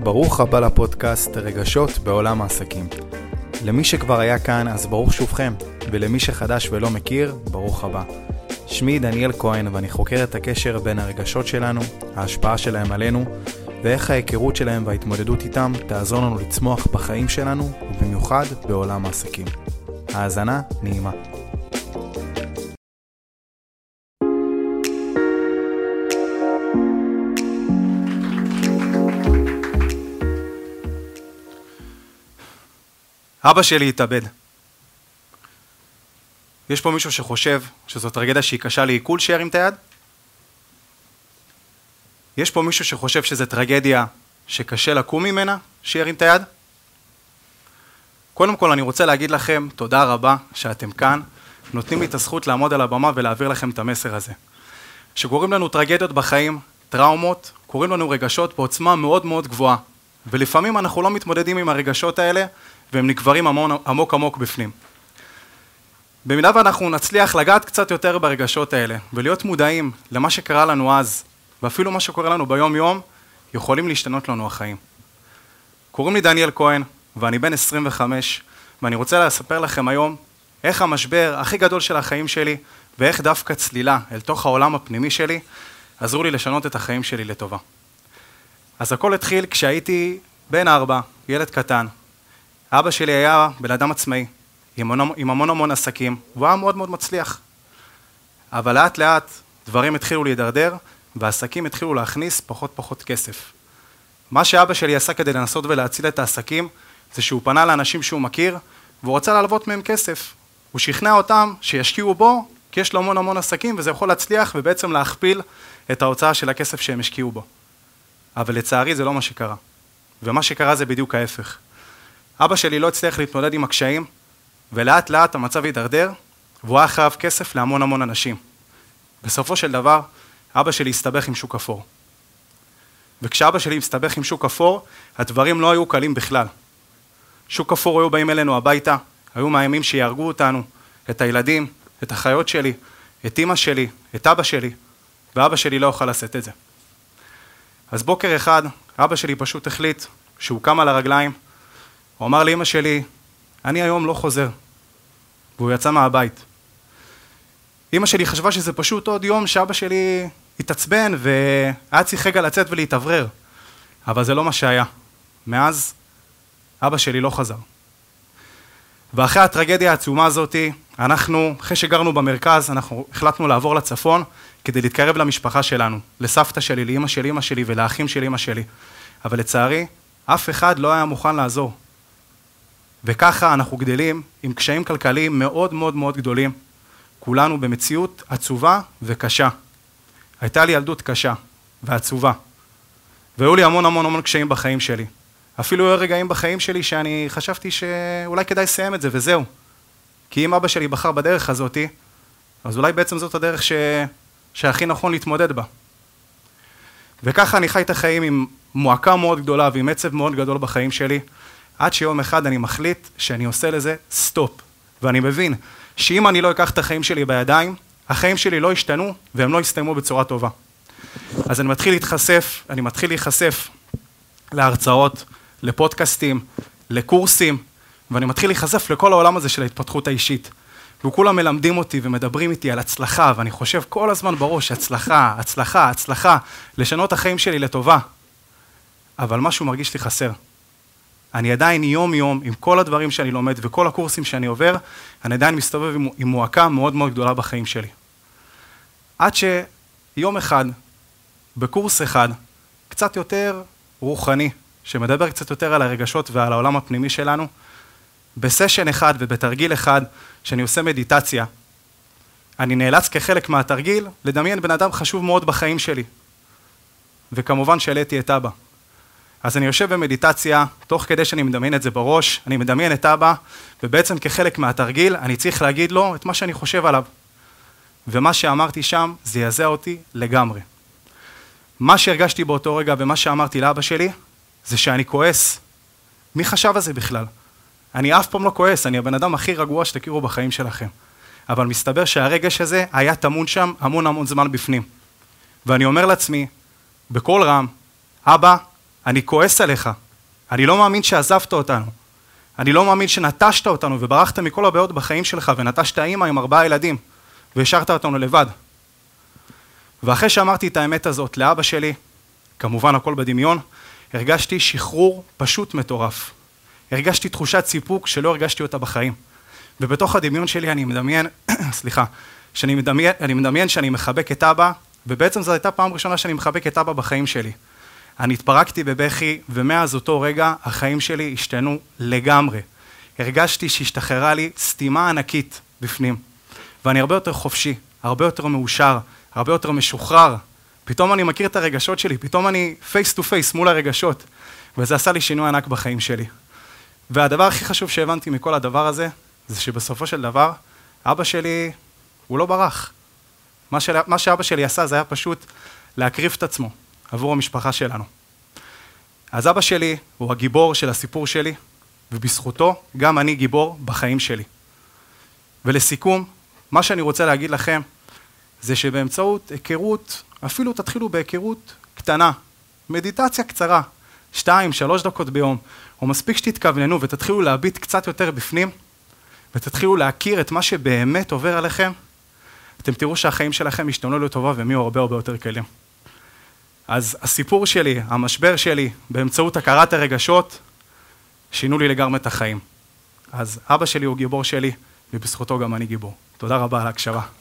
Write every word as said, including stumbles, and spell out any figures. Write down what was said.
ברוך הבא לפודקאסט רגשות בעולם העסקים. למי שכבר היה כאן, אז ברוך שובכם, ולמי שחדש ולא מכיר, ברוך הבא. שמי דניאל כהן, ואני חוקר את הקשר בין הרגשות שלנו, ההשפעה שלהם עלינו, ואיך ההיכרות שלהם וההתמודדות איתם תעזור לנו לצמוח בחיים שלנו, ובמיוחד בעולם העסקים. האזנה נעימה. אבא שלי התאבד. יש פה מישהו שחושב שזאת טרגדיה שהיא קשה לעיכול שירים את היד? יש פה מישהו שחושב שזו טרגדיה שקשה לקום ממנה שירים את היד? קודם כל אני רוצה להגיד לכם תודה רבה שאתם כאן, נותנים לי את הזכות לעמוד על הבמה ולהעביר לכם את המסר הזה. שקוראים לנו טרגדיות בחיים, טראומות, קוראים לנו רגשות בעוצמה מאוד מאוד גבוהה, ולפעמים אנחנו לא מתמודדים עם הרגשות האלה, והם נקברים עמוק עמוק בפנים. במידה ואנחנו נצליח לגעת קצת יותר ברגשות האלה, ולהיות מודעים למה שקרה לנו אז, ואפילו מה שקורה לנו ביום יום, יכולים להשתנות לנו החיים. קוראים לי דניאל כהן, ואני בן עשרים וחמש, ואני רוצה לספר לכם היום איך המשבר הכי גדול של החיים שלי, ואיך דווקא צלילה אל תוך העולם הפנימי שלי, עזרו לי לשנות את החיים שלי לטובה. אז הכל התחיל כשהייתי בן ארבע, ילד קטן. אבא שלי היה בן אדם עצמאי, עם המון, עם המון המון עסקים, והוא היה מאוד מאוד מצליח. אבל לאט לאט דברים התחילו להידרדר, והעסקים התחילו להכניס פחות פחות כסף. מה שאבא שלי עשה כדי לנסות ולהציל את העסקים, זה שהוא פנה לאנשים שהוא מכיר, והוא רצה להלוות מהם כסף. הוא שכנע אותם שישקיעו בו, כי יש לו המון המון עסקים, וזה יכול להצליח ובעצם להכפיל את ההוצאה של הכסף שהם השקיעו בו. אבל לצערי זה לא מה שקרה. ומה שקרה זה בדיוק ההפך. אבא שלי לא הצליח להתמודד עם הקשיים, ולאט לאט המצב הידרדר, והוא היה חייב כסף להמון המון אנשים. בסופו של דבר, אבא שלי הסתבך עם שוק אפור. וכשאבא שלי הסתבך עם שוק אפור, הדברים לא היו קלים בכלל. שוק אפור היו באים אלינו הביתה, היו מאיימים שיהרגו אותנו, את הילדים, את החיות שלי, את אמא שלי, את אבא שלי, ואבא שלי לא יוכל לעשות את זה. אז בוקר אחד, אבא שלי פשוט החליט שהוא קם על הרגליים, הוא אמר לאמא שלי, אני היום לא חוזר, והוא יצא מהבית. אמא שלי חשבה שזה פשוט עוד יום שאבא שלי התעצבן, והיה צריך רגע לצאת ולהתאוורר, אבל זה לא מה שהיה. מאז, אבא שלי לא חזר. ואחרי הטרגדיה העצומה הזאת, אנחנו, אחרי שגרנו במרכז, אנחנו החלטנו לעבור לצפון, כדי להתקרב למשפחה שלנו, לסבתא שלי, לאמא של אמא שלי ולאחים של אמא שלי. אבל לצערי, אף אחד לא היה מוכן לעזור. וככה אנחנו גדלים עם קשיים כלכליים מאוד מאוד מאוד גדולים, כולנו במציאות עצובה וקשה. הייתה לי ילדות קשה ועצובה, והיו לי המון המון המון קשיים בחיים שלי. אפילו היו רגעים בחיים שלי שאני חשבתי שאולי כדאי לסיים את זה וזהו. כי אם אבא שלי בחר בדרך הזאת, אז אולי בעצם זאת הדרך ש... שהכי נכון להתמודד בה. וככה אני חי את החיים עם מועקה מאוד גדולה ועם עצב מאוד גדול בחיים שלי, עד שיום אחד אני מחליט שאני עושה לזה סטופ. ואני מבין שאם אני לא אקח את החיים שלי בידיים, החיים שלי לא ישתנו והם לא יסתיימו בצורה טובה. אז אני מתחיל להתחשף, אני מתחיל להיחשף להרצאות, לפודקאסטים, לקורסים, ואני מתחיל להיחשף לכל העולם הזה של ההתפתחות האישית. וכולם מלמדים אותי ומדברים איתי על הצלחה, ואני חושב כל הזמן בראש, הצלחה, הצלחה, הצלחה, לשנות החיים שלי לטובה. אבל משהו מרגיש לי חסר. אני עדיין יום יום, עם כל הדברים שאני לומד וכל הקורסים שאני עובר, אני עדיין מסתובב עם, עם מועקה מאוד מאוד גדולה בחיים שלי. עד שיום אחד, בקורס אחד, קצת יותר רוחני, שמדבר קצת יותר על הרגשות ועל העולם הפנימי שלנו, בסשן אחד ובתרגיל אחד, שאני עושה מדיטציה, אני נאלץ כחלק מהתרגיל לדמיין בן אדם חשוב מאוד בחיים שלי. וכמובן שהעליתי את אבא. אז אני יושב במדיטציה, תוך כדי שאני מדמיין את זה בראש, אני מדמיין את אבא, ובעצם כחלק מהתרגיל, אני צריך להגיד לו את מה שאני חושב עליו. ומה שאמרתי שם, זה יזע אותי לגמרי. מה שהרגשתי באותו רגע ומה שאמרתי לאבא שלי, זה שאני כועס. מי חשב על זה בכלל? אני אף פעם לא כועס, אני הבן אדם הכי רגוע שתכירו בחיים שלכם. אבל מסתבר שהרגש הזה היה תמון שם המון המון זמן בפנים. ואני אומר לעצמי, בכל רם, אבא, אני כועס עליך, אני לא מאמין שעזבת אותנו, אני לא מאמין שנטשת אותנו וברחת מכל הבעיות בחיים שלך ונטשת אימא עם ארבעה ילדים והשארת אותנו לבד. ואחרי שאמרתי את האמת הזאת לאבא שלי, כמובן הכל בדמיון, הרגשתי שחרור פשוט מטורף. הרגשתי תחושת סיפוק שלא הרגשתי אותה בחיים. ובתוך הדמיון שלי אני מדמיין, סליחה, שאני מדמיין, אני מדמיין שאני מחבק את אבא, ובעצם זו הייתה פעם ראשונה שאני מחבק את אבא בחיים שלי. אני התפרקתי בבכי, ומאז אותו רגע החיים שלי השתנו לגמרי. הרגשתי שהשתחררה לי סתימה ענקית בפנים. ואני הרבה יותר חופשי, הרבה יותר מאושר, הרבה יותר משוחרר. פתאום אני מכיר את הרגשות שלי, פתאום אני פייס טו פייס מול הרגשות. וזה עשה לי שינוי ענק בחיים שלי. והדבר הכי חשוב שהבנתי מכל הדבר הזה, זה שבסופו של דבר, אבא שלי, הוא לא ברח. מה, של, מה שאבא שלי עשה זה היה פשוט להקריב את עצמו עבור המשפחה שלנו. אז אבא שלי הוא הגיבור של הסיפור שלי, ובזכותו גם אני גיבור בחיים שלי. ולסיכום, מה שאני רוצה להגיד לכם, זה שבאמצעות היכרות, אפילו תתחילו בהיכרות קטנה, מדיטציה קצרה, שתיים, שלוש דקות ביום, או מספיק שתתכווננו ותתחילו להביט קצת יותר בפנים, ותתחילו להכיר את מה שבאמת עובר עליכם, אתם תראו שהחיים שלכם ישתנו לטובה והם יהיו הרבה הרבה יותר קלים. אז הסיפור שלי, המשבר שלי, באמצעות הכרת הרגשות, שינו לי לגמרי את החיים. אז אבא שלי הוא גיבור שלי, ובזכותו גם אני גיבור. תודה רבה על ההקשבה.